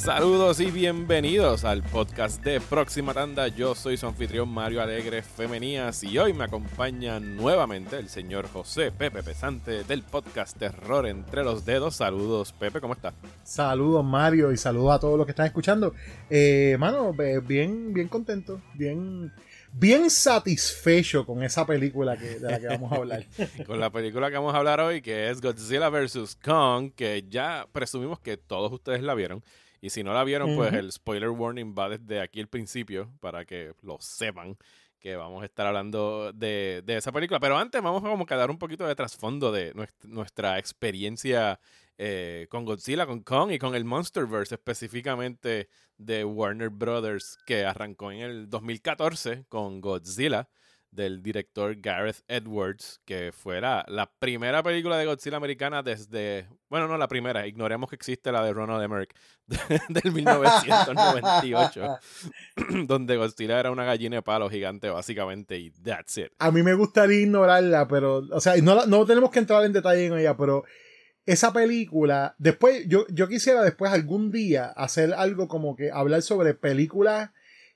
Saludos y bienvenidos al podcast de Próxima Tanda. Yo soy su anfitrión Mario Alegre Femenías y hoy me acompaña nuevamente el señor José Pepe Pesante del podcast Terror Entre los Dedos. Saludos, Pepe, ¿cómo estás? Saludos, Mario, y saludos a todos los que están escuchando. Mano, bien contento, bien satisfecho con esa película de la que vamos a hablar. Con la película que vamos a hablar hoy, que es Godzilla vs. Kong, que ya presumimos que todos ustedes la vieron. Y si no la vieron, pues el spoiler warning va desde aquí al principio, para que lo sepan, que vamos a estar hablando de esa película. Pero antes vamos a dar un poquito de trasfondo de nuestra experiencia con Godzilla, con Kong y con el Monsterverse, específicamente de Warner Brothers, que arrancó en el 2014 con Godzilla, del director Gareth Edwards, que fue la primera película de Godzilla americana desde... Bueno, no la primera, ignoremos que existe la de Ronald Emmerich del 1998, donde Godzilla era una gallina de palo gigante, básicamente, y that's it. A mí me gustaría ignorarla, pero... O sea, no tenemos que entrar en detalle en ella, pero... Esa película... Después, yo quisiera después algún día hacer algo como que hablar sobre películas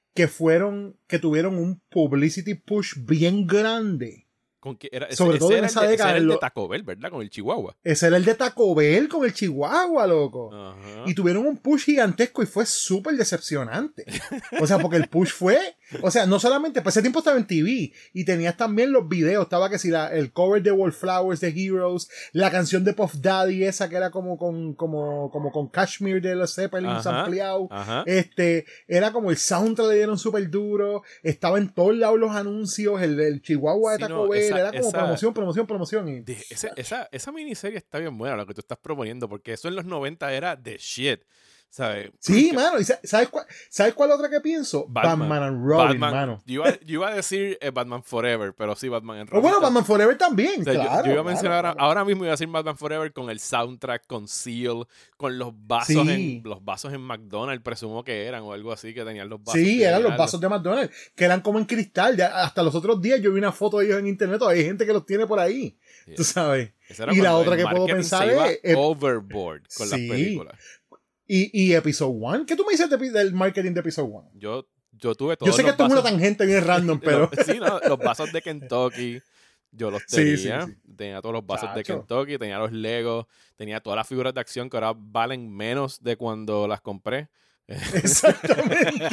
que tuvieron un publicity push bien grande. Sobre todo en esa década. Ese era el de Taco Bell, ¿verdad? Con el Chihuahua. Ese era el de Taco Bell con el Chihuahua, loco. Y tuvieron un push gigantesco y fue súper decepcionante. O sea, porque el push fue... O sea, no solamente... Pues ese tiempo estaba en TV y tenías también los videos. Estaba que si el cover de Wallflowers de Heroes, la canción de Puff Daddy esa que era como con Kashmir de los Zeppelins ampliado. Era como el soundtrack le dieron súper duro. Estaba en todos lados los anuncios. El Chihuahua de Taco Bell. Era como promoción. Y... Esa miniserie está bien buena, lo que tú estás proponiendo, porque eso en los 90 era the shit, ¿sabes? Sí, mano. ¿Y sabes cuál otra que pienso? Batman and Robin, mano. Yo iba a decir Batman Forever, pero sí, Batman and Robin. Bueno, Batman Forever también, o sea, claro. Yo iba a mencionar ahora mismo iba a decir Batman Forever con el soundtrack, con Seal, con los vasos, los vasos en McDonald's, presumo que eran, o algo así, que tenían los vasos. Sí, eran los vasos de McDonald's, que eran como en cristal. Ya, hasta los otros días yo vi una foto de ellos en internet, hay gente que los tiene por ahí, tú sabes. Y la otra que puedo pensar es... overboard con las películas. Y Episode 1, ¿qué tú me dices del marketing de Episode 1? Yo tuve todos. Yo sé que esto es una tangente bien random, pero... los vasos de Kentucky, yo los tenía. Sí. Tenía todos los vasos de Kentucky, tenía los Legos, tenía todas las figuras de acción que ahora valen menos de cuando las compré. Exactamente.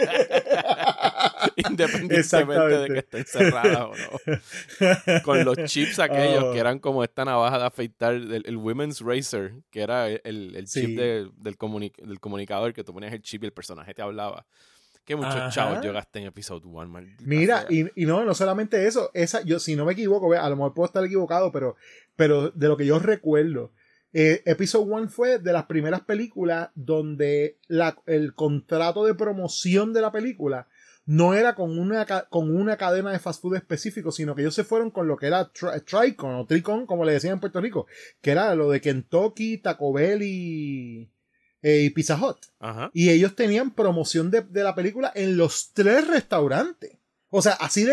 Independientemente de que estén cerradas o no. Con los chips aquellos que eran como esta navaja de afeitar, el Women's Razor, que era el chip del comunicador, que tú ponías el chip y el personaje te hablaba. Que muchos chavos yo gasté en Episode 1. Mira, y no solamente eso. Yo, si no me equivoco, a lo mejor puedo estar equivocado, pero de lo que yo recuerdo, Episode 1 fue de las primeras películas donde el contrato de promoción de la película no era con una cadena de fast food específico, sino que ellos se fueron con lo que era Tricon o Tricon, como le decían en Puerto Rico, que era lo de Kentucky, Taco Bell y Pizza Hut. Y ellos tenían promoción de la película en los 3 restaurantes. O sea, así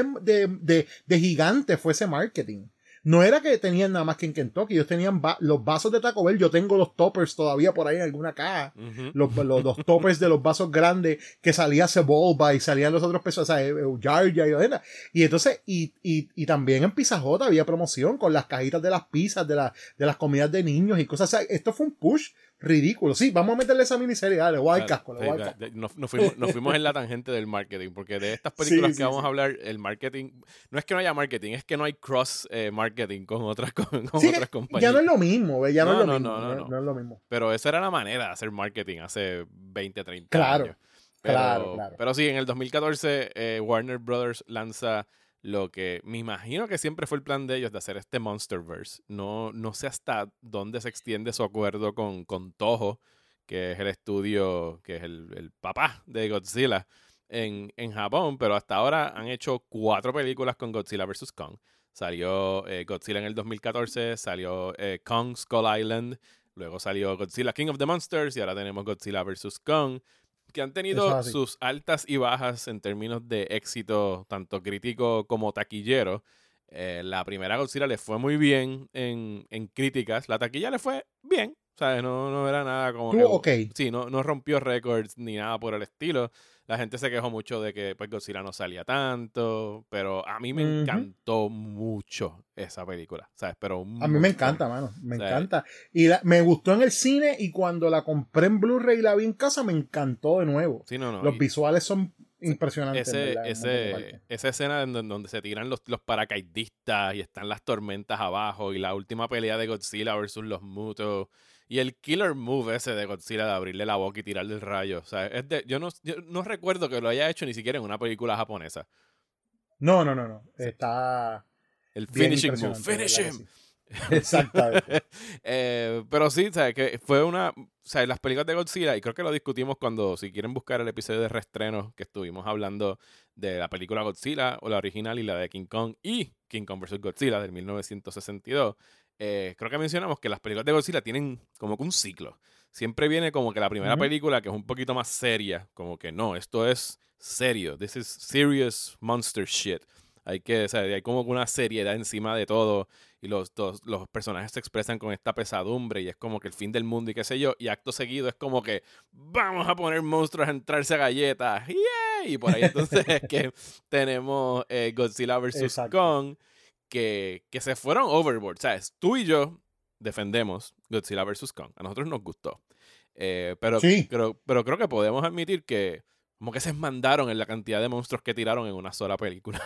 de gigante fue ese marketing. No era que tenían nada más que en Kentucky, ellos tenían los vasos de Taco Bell. Yo tengo los toppers todavía por ahí en alguna caja. Los toppers de los vasos grandes que salía Cebolba y salían los otros pesos, o sea, Jar Jar y entonces, y también en Pizza Hut había promoción con las cajitas de las pizzas, de las comidas de niños y cosas. O sea, esto fue un push ridículo. Sí, vamos a meterle esa miniserie, dale, casco. Nos fuimos en la tangente del marketing, porque de estas películas que vamos a hablar, el marketing, no es que no haya marketing, es que no hay cross marketing con otras compañías. Ya no es lo mismo, ya no es lo mismo. Pero esa era la manera de hacer marketing hace 20, 30 años. Claro. Pero sí, en el 2014 Warner Brothers lanza lo que me imagino que siempre fue el plan de ellos, de hacer este Monsterverse. No sé hasta dónde se extiende su acuerdo con Toho, que es el estudio, que es el papá de Godzilla en Japón, pero hasta ahora han hecho 4 películas con Godzilla vs. Kong. Salió Godzilla en el 2014, salió Kong Skull Island, luego salió Godzilla King of the Monsters y ahora tenemos Godzilla vs. Kong, que han tenido sus altas y bajas en términos de éxito, tanto crítico como taquillero. La primera Godzilla le fue muy bien en críticas. La taquilla le fue bien. O ¿sabes? No era nada como Estuvo ok. Sí, no rompió récords ni nada por el estilo. La gente se quejó mucho de que pues, Godzilla no salía tanto, pero a mí me Ujú. encantó mucho esa película, ¿sabes? Pero un A mí me montón. encanta, mano. Me O sea, encanta. Y me gustó en el cine y cuando la compré en Blu-ray y la vi en casa, me encantó de nuevo. sí, no. Los visuales son impresionantes, en verdad. Esa escena donde se tiran los paracaidistas y están las tormentas abajo y la última pelea de Godzilla versus los Mutos y el killer move ese de Godzilla de abrirle la boca y tirarle el rayo. O sea, yo no recuerdo que lo haya hecho ni siquiera en una película japonesa. No. Sí. Está El bien finishing move. impresionante, de ¡Finish verdad que him! sí. Exactamente. Pero sí, ¿sabes? Que fue una. O sea, las películas de Godzilla, y creo que lo discutimos cuando, si quieren buscar el episodio de reestreno, que estuvimos hablando de la película Godzilla, o la original y la de King Kong, y King Kong vs. Godzilla del 1962. Creo que mencionamos que las películas de Godzilla tienen como que un ciclo. Siempre viene como que la primera Ujú. película que es un poquito más seria, como que no, esto es serio, this is serious monster shit. O sea, hay como una seriedad encima de todo y los personajes se expresan con esta pesadumbre y es como que el fin del mundo y qué sé yo, y acto seguido es como que vamos a poner monstruos a entrarse a galletas, ¡yeah! Y por ahí entonces es que tenemos Godzilla vs. Exacto. Kong que se fueron overboard, ¿sabes? Tú y yo defendemos Godzilla vs. Kong, a nosotros nos gustó. Sí. Pero creo que podemos admitir que como que se mandaron en la cantidad de monstruos que tiraron en una sola película.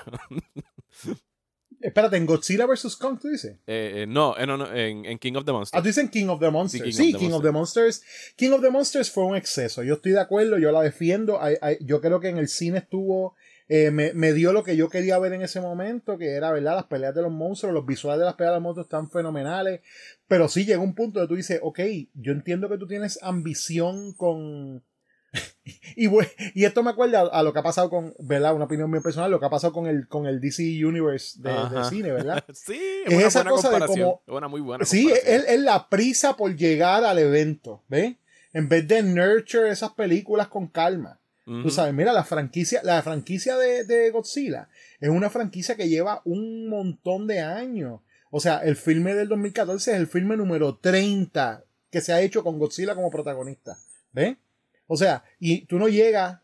Espérate, en Godzilla vs. Kong, tú dices. No, en King of the Ah, tú Monsters. dices King of the Sí, Monsters. King of Sí, the King of the Monsters. Monsters. King of the Monsters fue un exceso. Yo estoy de acuerdo, yo la defiendo. Yo creo que en el cine estuvo. Me dio lo que yo quería ver en ese momento, que era, ¿verdad? Las peleas de los monstruos, los visuales de las peleas de los monstruos están fenomenales. Pero sí llega un punto donde tú dices, ok, yo entiendo que tú tienes ambición con. Y esto me acuerda a lo que ha pasado con, ¿verdad? Una opinión muy personal, lo que ha pasado con el DC Universe de Ajá. cine, ¿verdad? Sí, es Es una esa buena cosa de comparación. como, Es una muy buena sí, comparación. es la prisa por llegar al evento, ¿ves? En vez de nurture esas películas con calma. Tú Ujú. sabes, mira, la franquicia de Godzilla es una franquicia que lleva un montón de años. O sea, el filme del 2014 es el filme número 30 que se ha hecho con Godzilla como protagonista. ¿Ves? O sea, y tú no llegas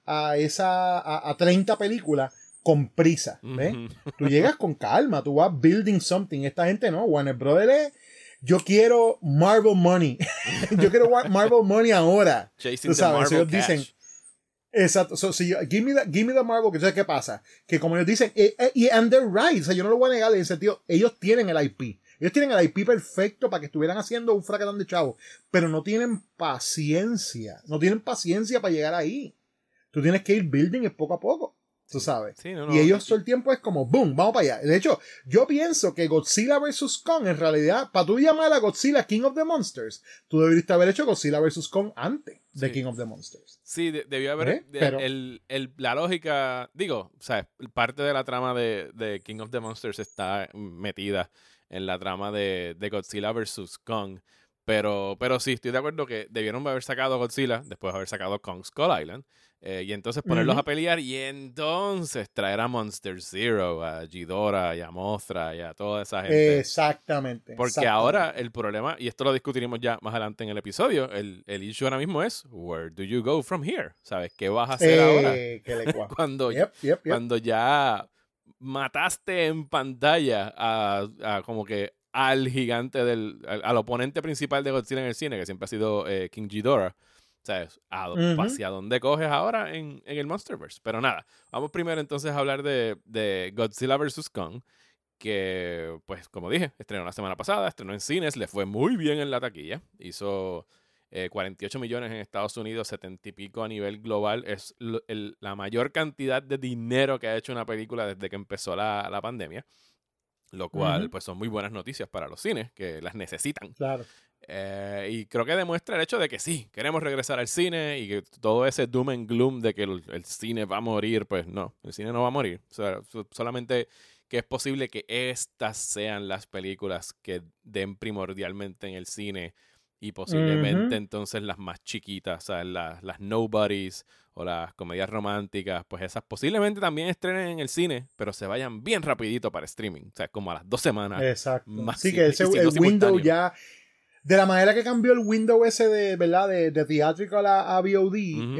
a 30 películas con prisa, ¿ves? Ujú. Tú llegas con calma, tú vas building something. Esta gente no, Warner Brothers es, yo quiero Marvel Money. Yo quiero Marvel Money ahora. Chasing Tú the sabes, Marvel ellos dicen, Cash. exacto, give me the Marvel, que entonces ¿qué pasa? Que como ellos dicen, and they're right, o sea, yo no lo voy a negar en el sentido, ellos tienen el IP. Ellos tienen el IP perfecto para que estuvieran haciendo un fracatán de chavo, pero no tienen paciencia para llegar ahí. Tú tienes que ir building poco a poco, tú Sí, sabes. sí, no, Y no. ellos todo el tiempo es como, boom, vamos para allá. De hecho, yo pienso que Godzilla vs. Kong, en realidad, para tú llamar a Godzilla King of the Monsters, tú deberías haber hecho Godzilla vs. Kong antes de Sí. King of the Monsters. Sí, debió haber. Pero, La lógica. Digo, o sea, parte de la trama de King of the Monsters está metida en la trama de Godzilla vs. Kong. Pero sí, estoy de acuerdo que debieron haber sacado a Godzilla, después de haber sacado Kong Skull Island, y entonces ponerlos a ujú, pelear y entonces traer a Monster Zero, a Ghidorah y a Mothra y a toda esa gente. exactamente, Porque ahora exactamente. el problema, y esto lo discutiremos ya más adelante en el episodio, el issue ahora mismo es, where do you go from here? ¿Sabes? ¿Qué vas a hacer ahora? Que le cua. Cuando, Yep. cuando ya mataste en pantalla a como que al gigante al oponente principal de Godzilla en el cine, que siempre ha sido King Ghidorah. ¿Sabes? Ujú. ¿Hacia dónde coges ahora en el Monsterverse? Pero nada, vamos primero entonces a hablar de Godzilla vs. Kong, que, pues, como dije, estrenó la semana pasada, estrenó en cines, le fue muy bien en la taquilla, hizo 48 millones en Estados Unidos, 70 y pico a nivel global, es la mayor cantidad de dinero que ha hecho una película desde que empezó la pandemia, lo cual, Ujú. pues, son muy buenas noticias para los cines, que las necesitan. Claro. Y creo que demuestra el hecho de que sí, queremos regresar al cine y que todo ese doom and gloom de que el cine va a morir, pues no, el cine no va a morir. O sea, solamente que es posible que estas sean las películas que den primordialmente en el cine y posiblemente Ujú. entonces las más chiquitas, o sea, las nobodies o las comedias románticas, pues esas posiblemente también estrenen en el cine, pero se vayan bien rapidito para streaming, o sea, como a las 2 semanas Exacto. Sí, máximo, que y si el no window simultáneo. ya. De la manera que cambió el window ese de, ¿verdad? De theatrical a VOD,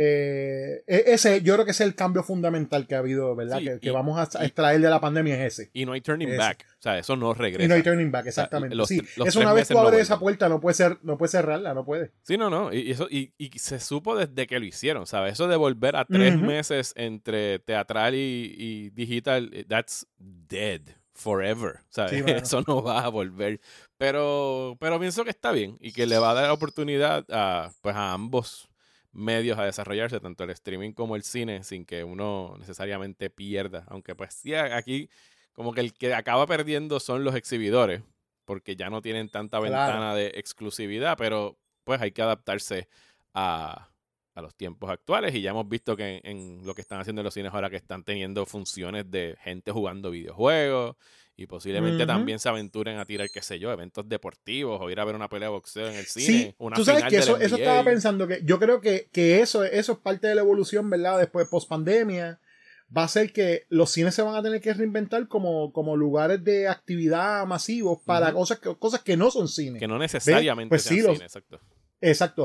ese, yo creo que ese es el cambio fundamental que ha habido, ¿verdad? Sí, que vamos a extraer de la pandemia es ese. Y no hay turning back. O sea, eso no regresa. Y no hay turning back, exactamente. O sea, es una vez tú abres esa puerta, no puedes cerrarla, no puede. Sí, no. Y se supo desde que lo hicieron, ¿sabes? Eso de volver a 3 meses entre teatral y digital, that's dead. Forever, ¿sabes? Sí, bueno. Eso no va a volver. Pero pienso que está bien y que le va a dar la oportunidad pues a ambos medios a desarrollarse, tanto el streaming como el cine, sin que uno necesariamente pierda. Aunque pues sí, aquí como que el que acaba perdiendo son los exhibidores, porque ya no tienen tanta ventana de exclusividad, pero pues hay que adaptarse a los tiempos actuales y ya hemos visto que en lo que están haciendo los cines ahora que están teniendo funciones de gente jugando videojuegos y posiblemente también se aventuren a tirar, qué sé yo, eventos deportivos o ir a ver una pelea de boxeo en el cine. Sí, una tú sabes final que eso estaba pensando, que yo creo que eso es parte de la evolución, ¿verdad? Después, post pandemia, va a ser que los cines se van a tener que reinventar como lugares de actividad masivos para cosas que no son cine. Que no necesariamente sean cine, exacto. Exacto.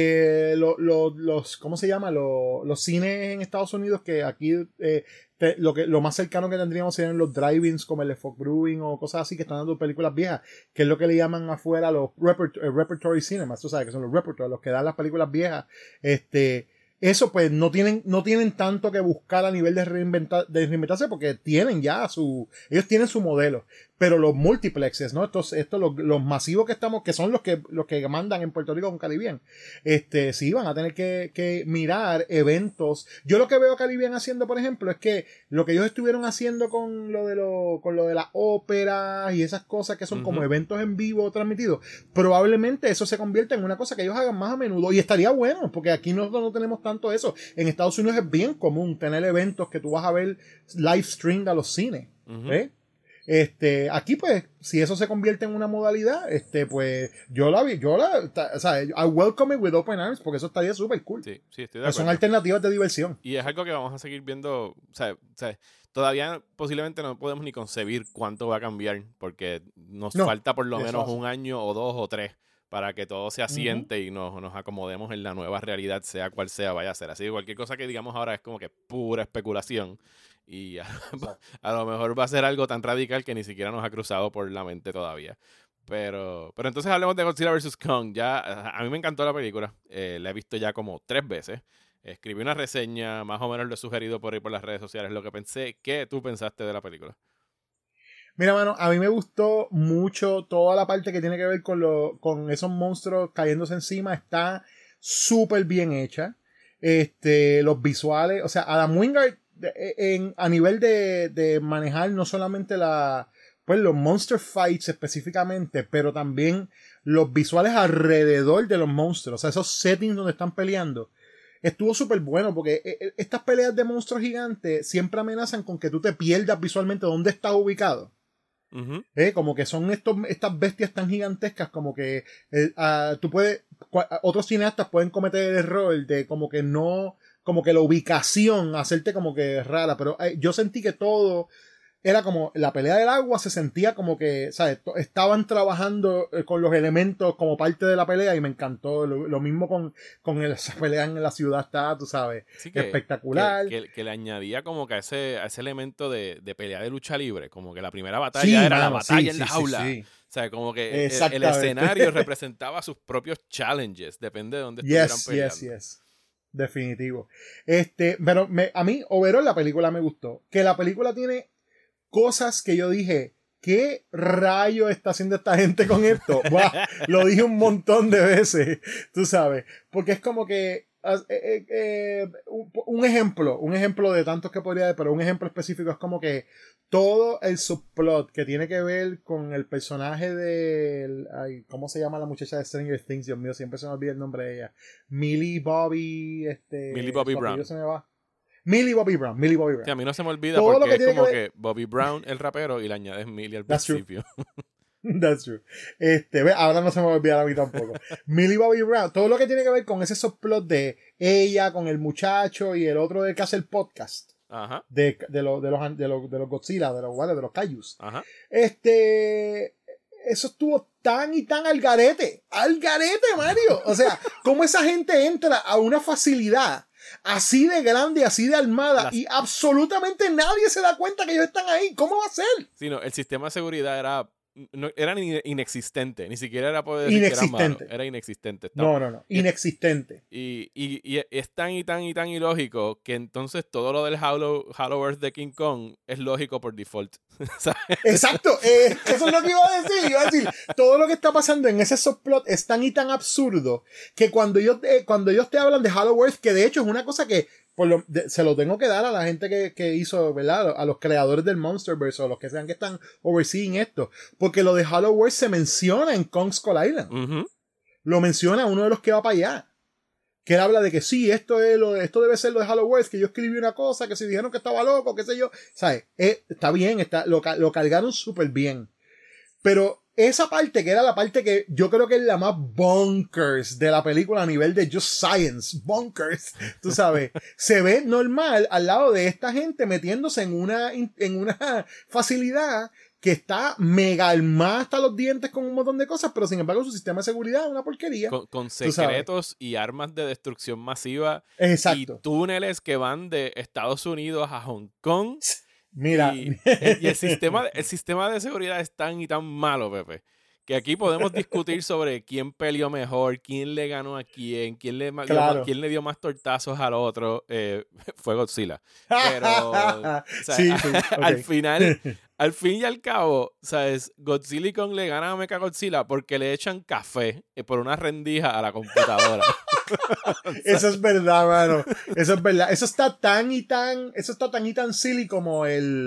¿Cómo se llama? Los cines en Estados Unidos, que aquí lo más cercano que tendríamos serían los drive-ins como el de Fog Brewing o cosas así que están dando películas viejas, que es lo que le llaman afuera los repertory cinemas, tú sabes que son los repertory, los que dan las películas viejas. Eso pues no tienen tanto que buscar a nivel de reinventarse porque tienen ya ellos tienen su modelo. Pero los multiplexes, ¿no? Los masivos que son los que mandan en Puerto Rico con Caribbean, sí van a tener que mirar eventos. Yo lo que veo a Caribbean haciendo, por ejemplo, es que lo que ellos estuvieron haciendo con lo de las óperas y esas cosas que son como eventos en vivo transmitidos, probablemente eso se convierta en una cosa que ellos hagan más a menudo y estaría bueno, porque aquí nosotros no tenemos tanto eso. En Estados Unidos es bien común tener eventos que tú vas a ver live stream a los cines, aquí pues si eso se convierte en una modalidad, pues o sea, I welcome it with open arms porque eso estaría súper cool. Sí, estoy de acuerdo. Son alternativas de diversión. Y es algo que vamos a seguir viendo, o sea, todavía posiblemente no podemos ni concebir cuánto va a cambiar porque nos falta por lo menos un año o 2 o 3 para que todo se asiente y nos acomodemos en la nueva realidad, sea cual sea vaya a ser. Así que cualquier cosa que digamos ahora es como que pura especulación y a lo mejor va a ser algo tan radical que ni siquiera nos ha cruzado por la mente todavía. Pero entonces hablemos de Godzilla vs. Kong. Ya, a mí me encantó la película. La he visto ya como 3 veces. Escribí una reseña, más o menos lo he sugerido por ahí por las redes sociales, lo que pensé. ¿Qué tú pensaste de la película? Mira, mano, a mí me gustó mucho toda la parte que tiene que ver con esos monstruos cayéndose encima. Está súper bien hecha. Los visuales, o sea, Adam Wingard a nivel de manejar no solamente pues los monster fights específicamente, pero también los visuales alrededor de los monstruos, o sea, esos settings donde están peleando. Estuvo súper bueno porque estas peleas de monstruos gigantes siempre amenazan con que tú te pierdas visualmente dónde estás ubicado. Como que son estas bestias tan gigantescas como que otros cineastas pueden cometer el error de como que la ubicación hacerte como que rara, pero yo sentí que todo era como la pelea del agua, se sentía como que, ¿sabes? Estaban trabajando con los elementos como parte de la pelea y me encantó. Lo mismo con esa pelea en la ciudad está, tú sabes, sí, espectacular. Que le añadía como que a ese elemento de pelea de lucha libre, como que la primera batalla era la batalla en la jaula. Sí. O sea, como que el escenario representaba sus propios challenges, depende de dónde estuvieran peleando. Yes. Definitivo. Pero a mí, overall, la película me gustó. Que la película tiene cosas que yo dije, ¿qué rayo está haciendo esta gente con esto? Buah, lo dije un montón de veces, tú sabes, porque es como que un ejemplo de tantos que podría haber, pero un ejemplo específico es como que todo el subplot que tiene que ver con el personaje ¿cómo se llama la muchacha de Stranger Things? Dios mío, siempre se me olvida el nombre de ella. Millie Bobby Brown. Se me va. Millie Bobby Brown. Sí, a mí no se me olvida todo porque es como que Bobby Brown, el rapero, y le añades Millie al principio. That's true. Ahora no se me va a olvidar a mí tampoco. Millie Bobby Brown, todo lo que tiene que ver con ese subplot de ella, con el muchacho y el otro de que hace el podcast. Ajá. De los Godzilla, de los Kaijus. Ajá. eso estuvo tan y tan al garete, Mario. O sea, cómo esa gente entra a una facilidad así de grande, así de armada, y absolutamente nadie se da cuenta que ellos están ahí. ¿Cómo va a ser? Sí, no, el sistema de seguridad era inexistente, ni siquiera era poder decir que era malo, era inexistente. No, inexistente. Y es tan y tan y tan ilógico que entonces todo lo del Hollow Earth de King Kong es lógico por default. Exacto, eso es lo que iba a decir. Todo lo que está pasando en ese subplot es tan y tan absurdo que cuando ellos te hablan de Hollow Earth, que de hecho es una cosa que se lo tengo que dar a la gente que hizo, ¿verdad? A los creadores del Monsterverse o los que sean que están overseeing esto. Porque lo de Hollow Earth se menciona en Kong Skull Island. Uh-huh. Lo menciona uno de los que va para allá. Que él habla de que sí, esto debe ser lo de Hollow Earth, que yo escribí una cosa, que si dijeron que estaba loco, qué sé yo. ¿Sabes? Está bien, lo cargaron súper bien. Pero esa parte, que era la parte que yo creo que es la más bonkers de la película a nivel de just science, bonkers, tú sabes, se ve normal al lado de esta gente metiéndose en una facilidad que está mega armada hasta los dientes con un montón de cosas, pero sin embargo su sistema de seguridad es una porquería. Con secretos y armas de destrucción masiva. Exacto. Y túneles que van de Estados Unidos a Hong Kong. Mira. Y el sistema de seguridad es tan y tan malo, Pepe, que aquí podemos discutir sobre quién peleó mejor, quién le ganó a quién le dio más tortazos al otro. Fue Godzilla. Pero o sea, sí, okay. al fin y al cabo, ¿sabes? Godzilla y Kong le ganan a Mechagodzilla porque le echan café por una rendija a la computadora. Eso es verdad, mano. Eso es verdad. Eso está tan y tan silly como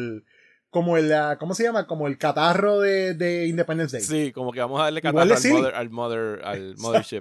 ¿cómo se llama? Como el catarro de Independence Day. Sí, como que vamos a darle catarro al mothership.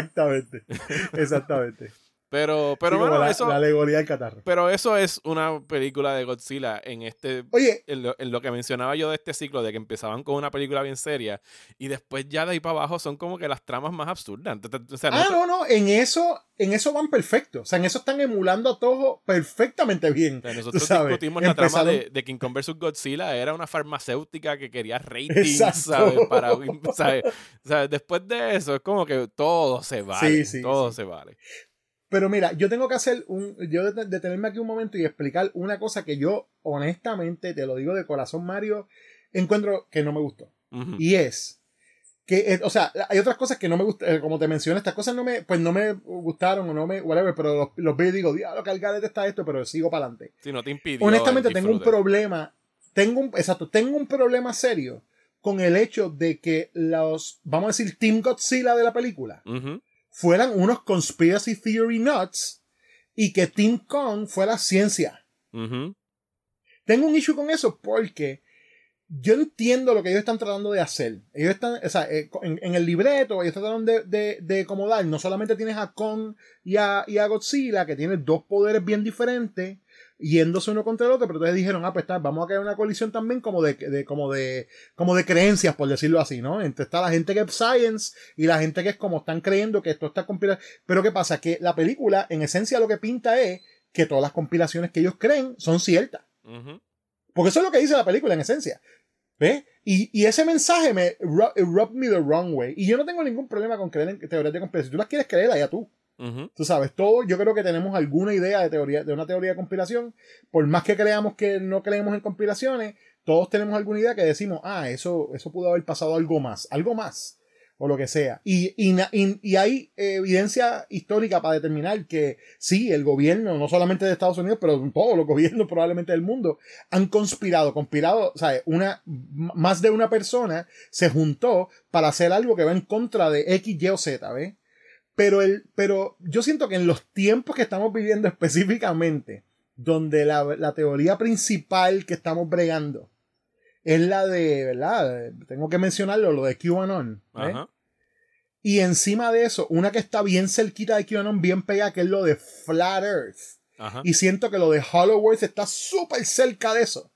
Exactamente. Pero sí, bueno, la eso... La alegoría del catarro. Pero eso es una película de Godzilla en Oye, en lo que mencionaba yo de este ciclo, de que empezaban con una película bien seria y después ya de ahí para abajo son como que las tramas más absurdas. O sea, no, en eso van perfectos. O sea, en eso están emulando a Toho perfectamente bien. O sea, nosotros discutimos la trama de King Kong vs. Godzilla, era una farmacéutica que quería rating, ¿sabes? ¿sabes? Después de eso es como que todo se vale, todo se vale. Pero mira, yo tengo que detenerme aquí un momento y explicar una cosa que yo, honestamente, te lo digo de corazón, Mario, encuentro que no me gustó. Uh-huh. Y es que, o sea, hay otras cosas que no me gustan, como te mencioné, estas cosas no me gustaron o whatever, pero los veo y digo, diablo, que al garete está esto, pero sigo para adelante. Si no te impidió. Honestamente, tengo un problema serio con el hecho de que vamos a decir, Team Godzilla de la película, uh-huh, fueran unos conspiracy theory nuts y que Team Kong fuera ciencia. Uh-huh. Tengo un issue con eso porque yo entiendo lo que ellos están tratando de hacer. Ellos están, o sea, en el libreto, ellos trataron de acomodar. No solamente tienes a Kong y a Godzilla, que tienen dos poderes bien diferentes, yéndose uno contra el otro, pero entonces dijeron, pues vamos a crear una colisión también como de creencias, por decirlo así, ¿no? Entonces está la gente que es science y la gente que es como están creyendo que esto está compilado. Pero ¿qué pasa? Que la película, en esencia, lo que pinta es que todas las compilaciones que ellos creen son ciertas. Uh-huh. Porque eso es lo que dice la película, en esencia. ¿Ves? Y ese mensaje me rubbed me the wrong way. Y yo no tengo ningún problema con creer en teorías de conspiración. Si tú las quieres creer, allá tú. Uh-huh. Tú sabes, todos yo creo que tenemos alguna idea de una teoría de conspiración. Por más que creamos que no creemos en conspiraciones, todos tenemos alguna idea que decimos, eso pudo haber pasado algo más, o lo que sea. Y hay evidencia histórica para determinar que sí, el gobierno, no solamente de Estados Unidos, pero todos los gobiernos probablemente del mundo, han conspirado, ¿sabes? Más de una persona se juntó para hacer algo que va en contra de X, Y o Z, ¿ves? Pero yo siento que en los tiempos que estamos viviendo específicamente, donde la teoría principal que estamos bregando es la de, ¿verdad? Tengo que mencionarlo, lo de QAnon. Uh-huh. Y encima de eso, una que está bien cerquita de QAnon, bien pegada, que es lo de Flat Earth. Uh-huh. Y siento que lo de Hollow Earth está súper cerca de eso.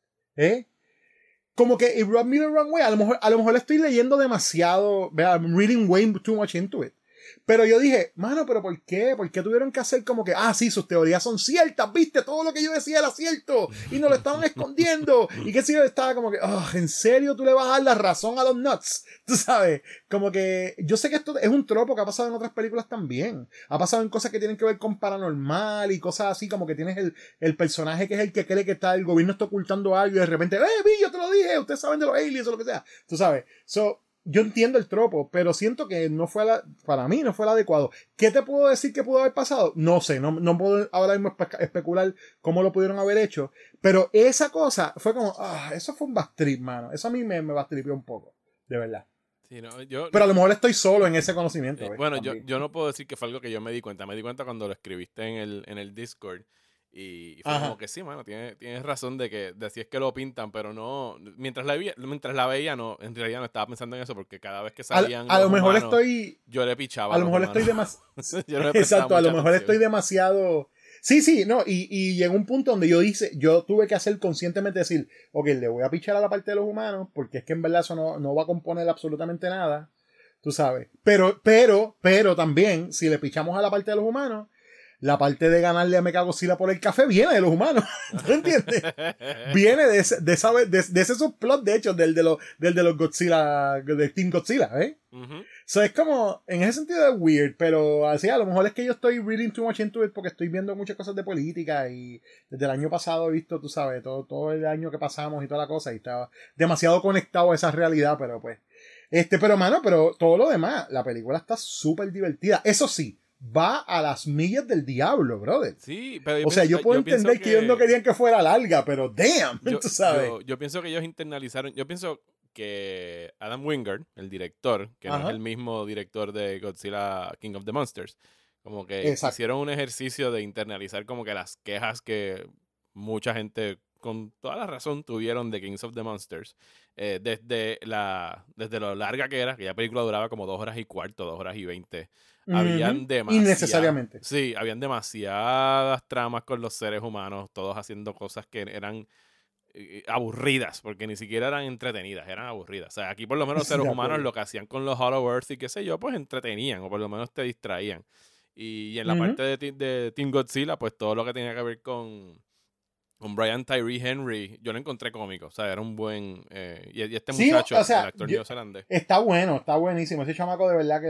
Como que it rubbed me the wrong way. A lo mejor estoy leyendo demasiado. I'm reading way too much into it. Pero yo dije, mano, ¿pero por qué? ¿Por qué tuvieron que hacer como que, sí, sus teorías son ciertas, viste? Todo lo que yo decía era cierto y no lo estaban escondiendo. Y que si yo estaba como que, ¿en serio tú le vas a dar la razón a los nuts? Tú sabes, como que yo sé que esto es un tropo que ha pasado en otras películas también. Ha pasado en cosas que tienen que ver con paranormal y cosas así, como que tienes el personaje que es el que cree que el gobierno está ocultando algo y de repente, vi, yo te lo dije, ustedes saben de los aliens o lo que sea. Tú sabes. Yo entiendo el tropo, pero siento que para mí no fue el adecuado. ¿Qué te puedo decir que pudo haber pasado? No sé, no puedo ahora mismo especular cómo lo pudieron haber hecho, pero esa cosa fue como, eso fue un bad trip, mano. Eso a mí me bastripió un poco, de verdad. Sí, pero a lo mejor estoy solo en ese conocimiento. Bueno, yo no puedo decir que fue algo que yo me di cuenta. Me di cuenta cuando lo escribiste en el Discord. Y fue como que sí, mano, tienes razón de así es que lo pintan, pero no, mientras la veía, no, en realidad no estaba pensando en eso, porque cada vez que salían a lo mejor humanos, yo le pichaba a lo mejor estoy demasiado no exacto, a lo mejor atención. estoy demasiado sí, no, y llegó un punto donde yo tuve que hacer conscientemente decir, ok, le voy a pichar a la parte de los humanos, porque es que en verdad eso no va a componer absolutamente nada, tú sabes, pero también, si le pichamos a la parte de los humanos, la parte de ganarle a Mechagodzilla por el café viene de los humanos. ¿Tú entiendes? Viene de ese subplot, de hecho, del de los Godzilla, del Team Godzilla, ¿eh? So es como, en ese sentido es weird, pero así a lo mejor es que yo estoy reading too much into it porque estoy viendo muchas cosas de política y desde el año pasado he visto, tú sabes, todo el año que pasamos y toda la cosa y estaba demasiado conectado a esa realidad, pero pues. Pero todo lo demás, la película está súper divertida. Eso sí, va a las millas del diablo, brother. Sí, pero yo puedo entender que ellos no querían que fuera larga, pero damn, tú sabes. Yo pienso que ellos internalizaron, yo pienso que Adam Wingard, el director, que no es el mismo director de Godzilla King of the Monsters, como que hicieron un ejercicio de internalizar como que las quejas que mucha gente con toda la razón tuvieron de Kings of the Monsters, desde lo larga que era, que la película duraba como 2 horas y cuarto, 2 horas y 20. Habían innecesariamente. Sí, habían demasiadas tramas con los seres humanos, todos haciendo cosas que eran aburridas, porque ni siquiera eran entretenidas, eran aburridas. O sea, aquí por lo menos los seres humanos lo que hacían con los Hollow Earth y qué sé yo, pues entretenían, o por lo menos te distraían. Y en la parte de Team Godzilla, pues todo lo que tenía que ver con Brian Tyree Henry, yo lo encontré cómico. O sea, era un buen... y este muchacho, el actor neozelandés. Está buenísimo. Ese chamaco de verdad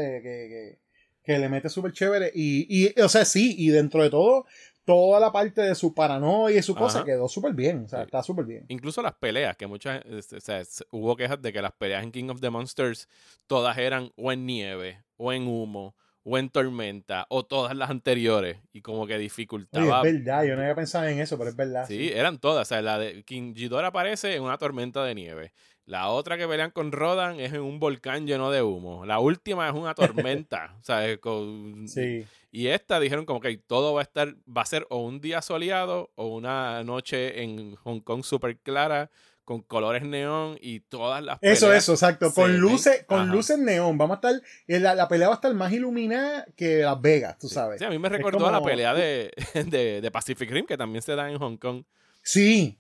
que le mete súper chévere. O sea, sí, y dentro de todo, toda la parte de su paranoia y su cosa quedó súper bien. O sea, está súper bien. Incluso las peleas, que muchas... O sea, hubo quejas de que las peleas en King of the Monsters todas eran o en nieve, o en humo, o en tormenta, o todas las anteriores, y como que dificultaba... Oye, es verdad, yo no había pensado en eso, pero es verdad. Sí, eran todas. O sea, la de King Ghidorah aparece en una tormenta de nieve. La otra que pelean con Rodan es en un volcán lleno de humo. La última es una tormenta. O sea, sí. Y esta dijeron como que todo va a ser o un día soleado o una noche en Hong Kong súper clara, con colores neón y todas las peleas. Eso, exacto. Con luces neón. Vamos a estar. La pelea va a estar más iluminada que Las Vegas, tú sabes. Sí, a mí me recordó a la pelea de Pacific Rim, que también se da en Hong Kong. Sí.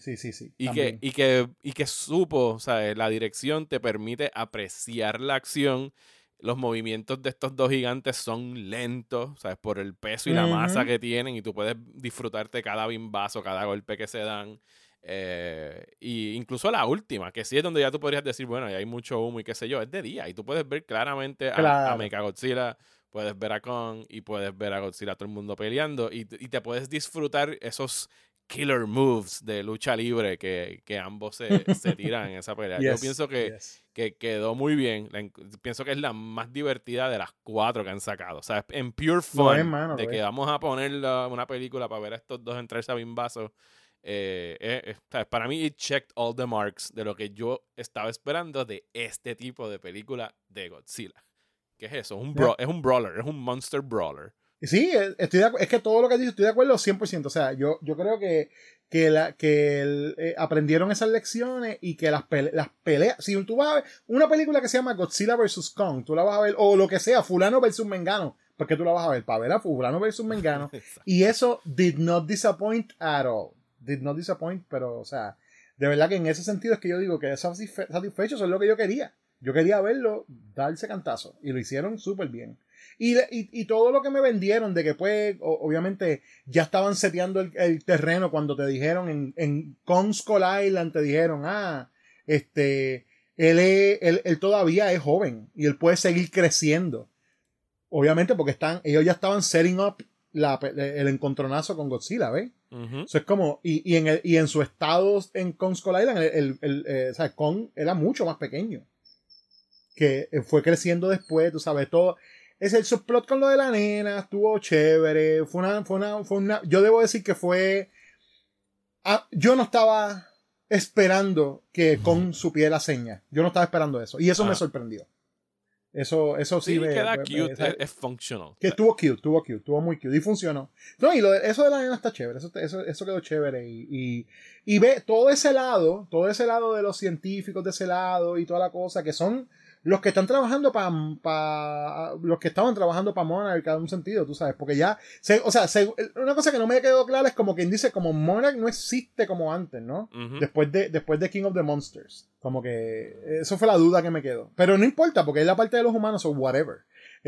Y que supo, o sea, la dirección te permite apreciar la acción. Los movimientos de estos dos gigantes son lentos, ¿sabes? Por el peso y la masa que tienen, y tú puedes disfrutarte cada bimbazo, cada golpe que se dan. Y incluso la última, que sí es donde ya tú podrías decir, bueno, ya hay mucho humo y qué sé yo, es de día, y tú puedes ver claramente a Mechagodzilla, puedes ver a Kong y puedes ver a Godzilla, todo el mundo peleando, y te puedes disfrutar esos killer moves de lucha libre que ambos se tiran en esa pelea. Yo pienso que quedó muy bien. Pienso que es la más divertida de las 4 que han sacado. O sea, en pure fun, que vamos a poner una película para ver a estos dos entrarse a bimbazos. Para mí, it checked all the marks de lo que yo estaba esperando de este tipo de película de Godzilla. ¿Qué es eso? Es un brawler, es un monster brawler. Sí, es que todo lo que has dicho estoy de acuerdo 100%. O sea, yo creo que aprendieron esas lecciones y que las peleas, si tú vas a ver una película que se llama Godzilla vs. Kong, tú la vas a ver, o lo que sea, fulano versus mengano, porque tú la vas a ver para ver a fulano versus mengano. Y eso did not disappoint at all. Did not disappoint, pero, o sea, de verdad que en ese sentido es que yo digo que satisfecho, eso es lo que yo quería. Yo quería verlo darse cantazo y lo hicieron súper bien. Y todo lo que me vendieron de que pues, obviamente, ya estaban seteando el terreno cuando te dijeron en Kong Skull Island, te dijeron, él todavía es joven y él puede seguir creciendo. Obviamente porque ellos ya estaban setting up el encontronazo con Godzilla, ¿ves? Eso es como, y en su estado en Kong Skull Island, o sea, Kong era mucho más pequeño. Que fue creciendo después, tú sabes, todo. El subplot con lo de la nena estuvo chévere. Yo debo decir que fue. Yo no estaba esperando que Kong supiera señas. Yo no estaba esperando eso. Y eso me sorprendió. Eso sí, sí queda cute, es functional. Que estuvo muy cute y funcionó. No, y eso de la nena está chévere, eso quedó chévere y ve todo ese lado de los científicos de ese lado y toda la cosa que son los que están trabajando los que estaban trabajando para Monarch en cada un sentido, tú sabes, porque ya, una cosa que no me quedó clara es como quien dice, como Monarch no existe como antes, ¿no? Después de King of the Monsters, como que eso fue la duda que me quedó, pero no importa, porque es la parte de los humanos o whatever,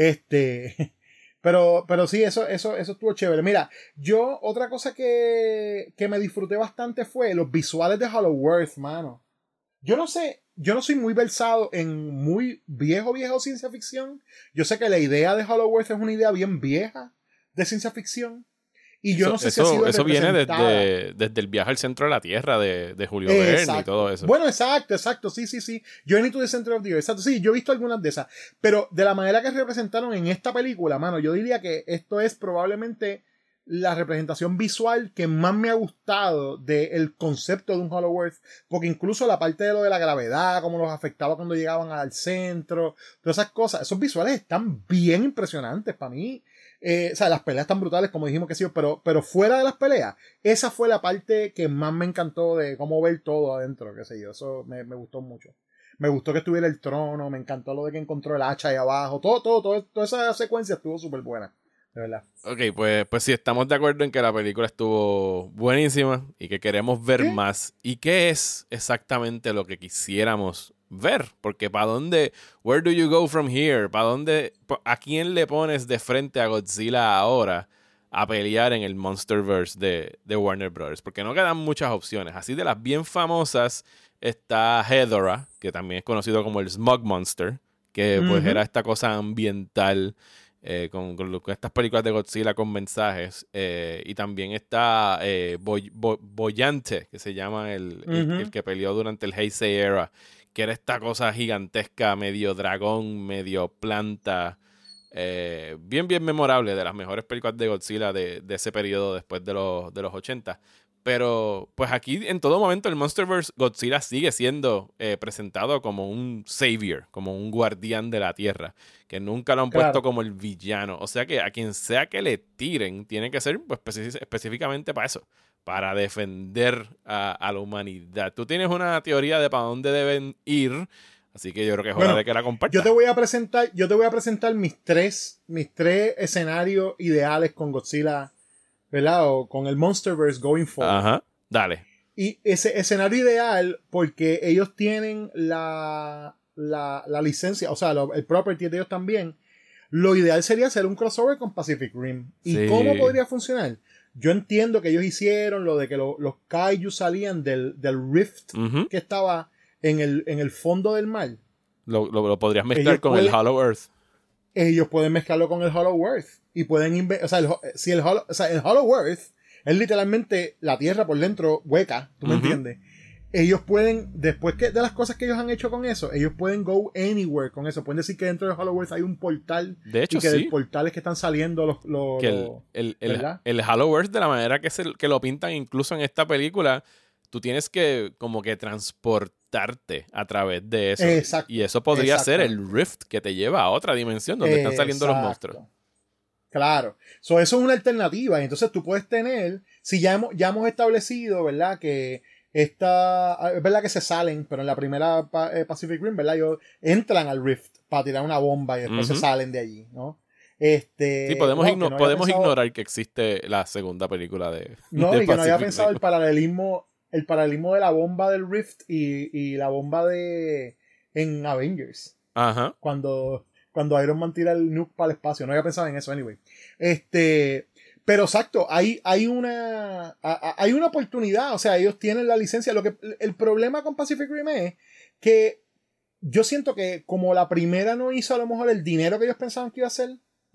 pero sí, eso estuvo chévere. Mira, otra cosa que me disfruté bastante fue los visuales de Hollow Earth, mano. Yo no soy muy versado en muy viejo ciencia ficción. Yo sé que la idea de Hollow Earth es una idea bien vieja de ciencia ficción. Y yo no sé si ha sido eso viene desde el viaje al centro de la Tierra de Julio Verne y todo eso. Bueno, exacto, sí. Journey to the Center of the Earth, exacto, sí, yo he visto algunas de esas. Pero de la manera que representaron en esta película, mano, yo diría que esto es probablemente la representación visual que más me ha gustado del concepto de un Hollow Earth, porque incluso la parte de lo de la gravedad, cómo los afectaba cuando llegaban al centro, todas esas cosas, esos visuales están bien impresionantes para mí. Las peleas están brutales, como dijimos que sí, pero fuera de las peleas, esa fue la parte que más me encantó de cómo ver todo adentro, qué sé yo, eso me gustó mucho. Me gustó que estuviera el trono, me encantó lo de que encontró el hacha ahí abajo, toda esa secuencia estuvo súper buena. De verdad. Ok, pues sí, estamos de acuerdo en que la película estuvo buenísima y que queremos ver más. ¿Y qué es exactamente lo que quisiéramos ver? Porque where do you go from here? ¿A quién le pones de frente a Godzilla ahora a pelear en el Monsterverse de Warner Bros.? Porque no quedan muchas opciones. Así de las bien famosas está Hedorah, que también es conocido como el Smog Monster, que pues era esta cosa ambiental con estas películas de Godzilla con mensajes, y también está Boyante, que se llama el que peleó durante el Heisei Era, que era esta cosa gigantesca, medio dragón, medio planta, bien memorable, de las mejores películas de Godzilla de ese periodo después de los 80. Pero pues aquí en todo momento el Monsterverse Godzilla sigue siendo presentado como un savior, como un guardián de la tierra, que nunca lo han puesto como el villano. O sea que a quien sea que le tiren tiene que ser pues, específicamente para eso, para defender a la humanidad. Tú tienes una teoría de para dónde deben ir, así que yo creo que es hora de que la compartas. Yo te voy a presentar mis tres escenarios ideales con Godzilla, ¿verdad? O con el Monsterverse going forward. Ajá, dale. Y ese escenario ideal, porque ellos tienen la licencia, o sea, el property de ellos también, lo ideal sería hacer un crossover con Pacific Rim. ¿Y cómo podría funcionar? Yo entiendo que ellos hicieron lo de que los kaiju salían del rift que estaba en el fondo del mar. Lo podrías mezclar con el Hollow Earth. Ellos pueden mezclarlo con el Hollow Earth y pueden el Hollow Earth es literalmente la tierra por dentro hueca, ¿tú me entiendes? Ellos pueden, después de las cosas que ellos han hecho con eso, ellos pueden go anywhere con eso. Pueden decir que dentro del Hollow Earth hay un portal. De hecho, y que del portal es que están saliendo el Hollow Earth, de la manera que lo pintan incluso en esta película, tú tienes que como que transportarte a través de eso. Exacto, y eso podría ser el Rift que te lleva a otra dimensión donde están saliendo los monstruos. Claro. Eso es una alternativa. Y entonces tú puedes tener, si ya hemos establecido, ¿verdad? Que es verdad que se salen, pero en la primera Pacific Rim, ¿verdad? Ellos entran al Rift para tirar una bomba y después se salen de allí, ¿no? Sí, podemos ignorar que existe la segunda película de y que no había pensado el paralelismo de la bomba del Rift y la bomba en Avengers. Ajá. Cuando cuando Iron Man tira el nuke para el espacio. No había pensado en eso, anyway. Pero exacto, hay una oportunidad, o sea, ellos tienen la licencia. El problema con Pacific Rim es que yo siento que como la primera no hizo a lo mejor el dinero que ellos pensaban que iba a hacer,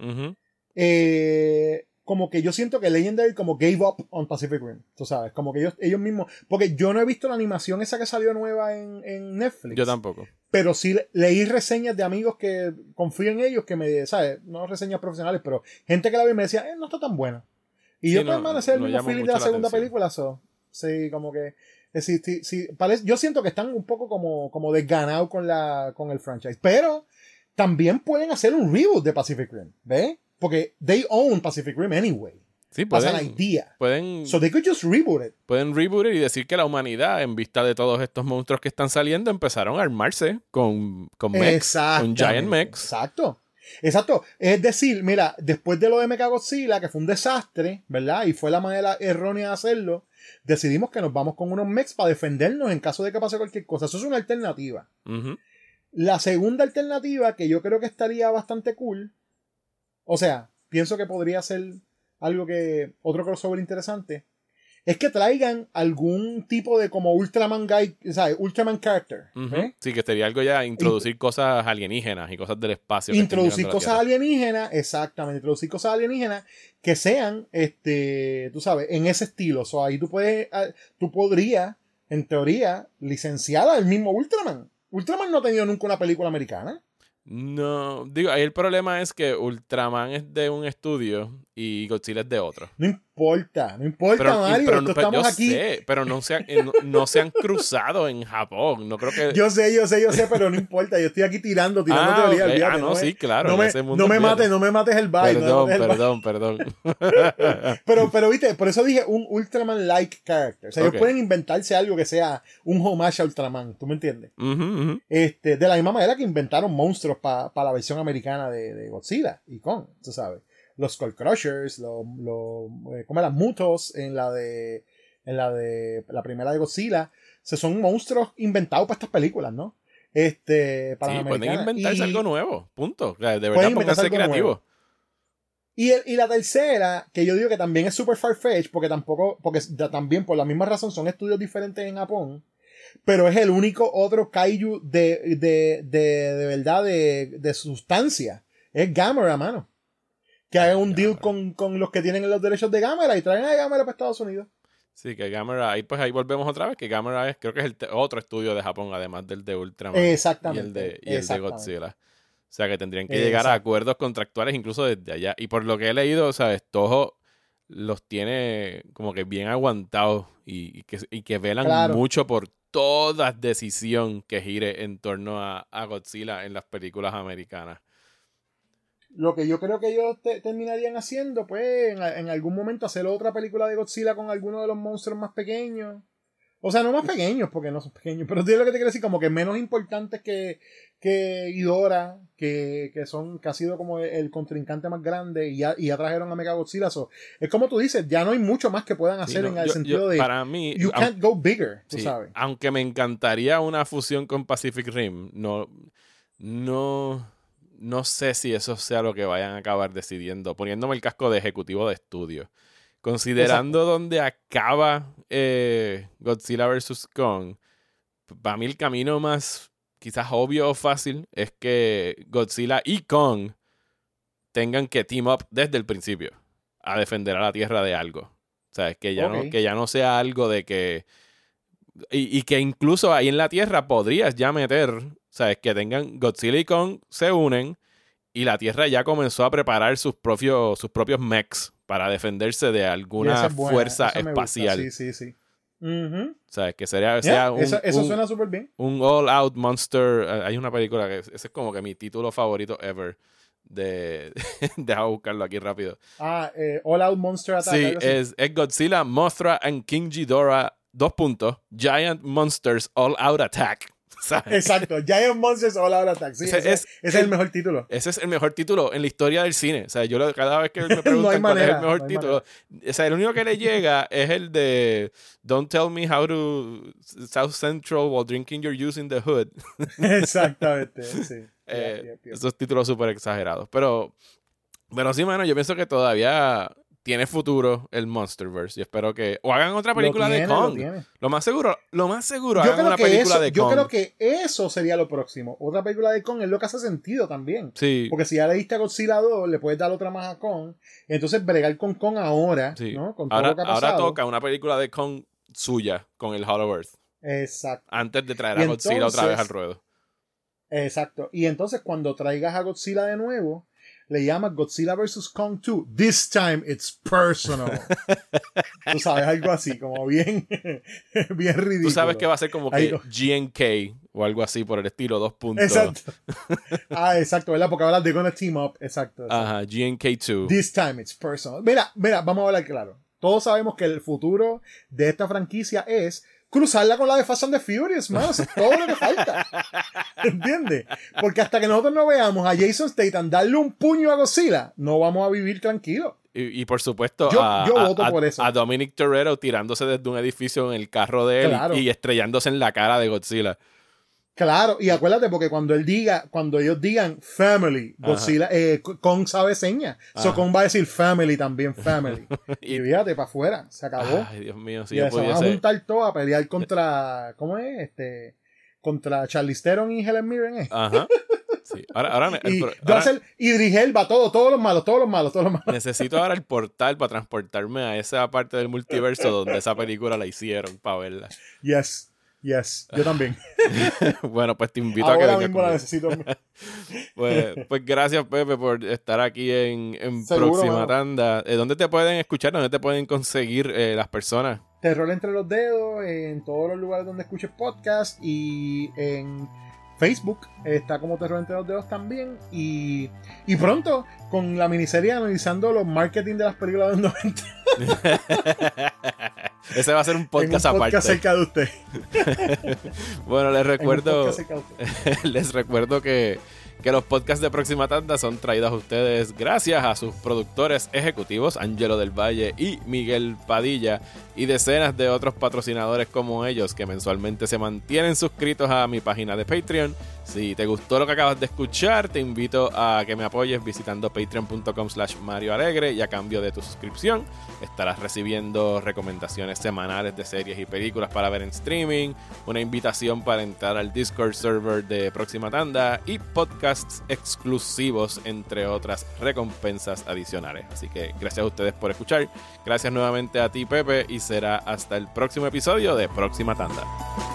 como que yo siento que Legendary como gave up on Pacific Rim, tú sabes, como que ellos mismos, porque yo no he visto la animación esa que salió nueva en Netflix. Yo tampoco. Pero sí leí reseñas de amigos que confío en ellos, que me, ¿sabes? No reseñas profesionales, pero gente que la vi me decía, no está tan buena. Y sí, yo, pues, man, ese es el mismo feeling de la segunda película, sí, como que, sí, yo siento que están un poco como desganados con el franchise, pero también pueden hacer un reboot de Pacific Rim, ¿ves? Porque they own Pacific Rim anyway. Sí, pueden, la idea. Pueden, so they could just reboot it. Pueden reboot it y decir que la humanidad, en vista de todos estos monstruos que están saliendo, empezaron a armarse con mechs, con giant mechs. Exacto. Es decir, mira, después de lo de Mechagodzilla, que fue un desastre, ¿verdad? Y fue la manera errónea de hacerlo, decidimos que nos vamos con unos mechs para defendernos en caso de que pase cualquier cosa. Eso es una alternativa. La segunda alternativa, que yo creo que estaría bastante cool, o sea, pienso que podría ser otro crossover interesante, es que traigan algún tipo de como Ultraman guy, ¿sabes? Ultraman character. Sí, que sería algo ya introducir cosas alienígenas y cosas del espacio. Introducir cosas alienígenas, exactamente. Introducir cosas alienígenas que sean, tú sabes, en ese estilo. So, ahí tú podrías, en teoría, licenciar al mismo Ultraman. Ultraman no ha tenido nunca una película americana. No, digo, ahí el problema es que Ultraman es de un estudio y Godzilla es de otro. No importa, Mario, estamos aquí. Sé, pero no se han cruzado en Japón, no creo que... Yo sé, pero no importa, yo estoy aquí tirando teoría. Okay. Sí, claro. No me mates el vibe. Perdón. pero viste, por eso dije un Ultraman-like character. O sea, ellos pueden inventarse algo que sea un homage a Ultraman, ¿tú me entiendes? De la misma manera que inventaron monstruos para la versión americana de Godzilla y Kong, tú sabes. Los Skull Crushers, como las Mutos en la de la primera de Godzilla, son monstruos inventados para estas películas, ¿no? Para pueden inventarse algo nuevo, punto. De verdad, pónganse creativos. Y la tercera, que yo digo que también es super far-fetched, porque también por la misma razón son estudios diferentes en Japón, pero es el único otro kaiju de verdad de sustancia. Es Gamera, mano. Que hagan un deal con los que tienen los derechos de Gamera y traen a Gamera para Estados Unidos. Sí, que Gamera, ahí volvemos otra vez, que Gamera creo que es otro estudio de Japón, además del de Ultraman. Exactamente. Y el de Godzilla. O sea, que tendrían que llegar a acuerdos contractuales incluso desde allá. Y por lo que he leído, ¿sabes? Toho los tiene como que bien aguantados y que velan mucho por toda decisión que gire en torno a Godzilla en las películas americanas. Lo que yo creo que ellos terminarían haciendo, pues, en algún momento hacer otra película de Godzilla con alguno de los monstruos más pequeños. O sea, no más pequeños, porque no son pequeños, pero es lo que te quiero decir, como que menos importantes que Ghidorah, que ha sido como el contrincante más grande, y ya trajeron a Mechagodzilla. Es como tú dices, ya no hay mucho más que puedan hacer en el sentido de... Para mí... You can't go bigger, tú sabes. Aunque me encantaría una fusión con Pacific Rim, no sé si eso sea lo que vayan a acabar decidiendo, poniéndome el casco de ejecutivo de estudio. Considerando dónde acaba Godzilla vs. Kong, para mí el camino más quizás obvio o fácil es que Godzilla y Kong tengan que team up desde el principio a defender a la Tierra de algo. O sea, que ya no sea algo de que... Y que incluso ahí en la Tierra podrías ya meter... ¿Sabes? Que tengan Godzilla y Kong se unen y la Tierra ya comenzó a preparar sus propios mechs para defenderse de alguna fuerza espacial. Sí. ¿Sabes? Que sea eso suena súper bien. Un all-out monster. Hay una película que ese es como que mi título favorito ever. Deja buscarlo aquí rápido. All Out Monster Attack. Sí, es Godzilla, Mothra and King Ghidorah, Giant Monsters All Out Attack. ¿Sabes? Exacto, Giant Monsters All Out Attack. Sí, ese es el mejor título. Ese es el mejor título en la historia del cine. O sea, cada vez que me preguntan cuál es el mejor título, o sea, el único que le llega es el de Don't tell me how to South Central while drinking your juice in the hood. Exactamente, sí. Esos títulos súper exagerados. Pero sí, mano, yo pienso que todavía tiene futuro el Monsterverse. Y espero que o hagan otra película de Kong. Lo más seguro hagan una película de Kong. Yo creo que eso sería lo próximo. Otra película de Kong es lo que hace sentido también. Sí. Porque si ya le diste a Godzilla 2, le puedes dar otra más a Kong. Entonces bregar con Kong ahora, sí. ¿no? Con todo lo que ha pasado. Ahora toca una película de Kong suya con el Hollow Earth. Exacto. Antes de traer a Godzilla otra vez al ruedo. Exacto. Y entonces cuando traigas a Godzilla de nuevo, le llamas Godzilla vs. Kong 2. This time it's personal. Tú sabes, algo así, como bien ridículo. Tú sabes que va a ser como que GNK o algo así por el estilo 2 puntos. Exacto. Exacto, ¿verdad? Porque hablas de Gonna Team Up. Exacto. Ajá, GNK2. This time it's personal. Mira, vamos a hablar claro. Todos sabemos que el futuro de esta franquicia es cruzarla con la de Fast and the Furious, man. Eso es todo lo que falta. ¿Entiendes? Porque hasta que nosotros no veamos a Jason Statham darle un puño a Godzilla, no vamos a vivir tranquilos. Y por supuesto, yo voto por eso. A Dominic Toretto tirándose desde un edificio en el carro de él, claro, y estrellándose en la cara de Godzilla. Claro, y acuérdate, porque cuando ellos digan family, Godzilla, Kong sabe señas. So Kong va a decir family también, family. Y fíjate, para afuera, se acabó. Ay, Dios mío, si y yo se van a juntar todos a pelear contra, ¿cómo es? Contra Charlize Theron y Helen Mirren. Ajá. Sí. Ahora Idris va todos los malos. Necesito ahora el portal para transportarme a esa parte del multiverso donde esa película la hicieron para verla. Yes, yo también. Bueno, pues te invito ahora a que mismo la necesito. pues gracias, Pepe, por estar aquí en Seguro, Próxima mano. Tanda. ¿Dónde te pueden escuchar? ¿Dónde te pueden conseguir las personas? Terror entre los dedos, en todos los lugares donde escuches podcast, y en Facebook está como Terror entre los dedos también, y pronto con la miniserie analizando los marketing de las películas de los 90. Ese va a ser un podcast aparte. Un podcast cerca de usted. Bueno, les recuerdo que los podcasts de Próxima Tanda son traídos a ustedes gracias a sus productores ejecutivos, Ángelo del Valle y Miguel Padilla, y decenas de otros patrocinadores como ellos que mensualmente se mantienen suscritos a mi página de Patreon. Si te gustó lo que acabas de escuchar, te invito a que me apoyes visitando patreon.com/Mario Alegre, y a cambio de tu suscripción estarás recibiendo recomendaciones semanales de series y películas para ver en streaming, una invitación para entrar al Discord server de Próxima Tanda y podcasts exclusivos, entre otras recompensas adicionales. Así que gracias a ustedes por escuchar. Gracias nuevamente a ti, Pepe, y será hasta el próximo episodio de Próxima Tanda.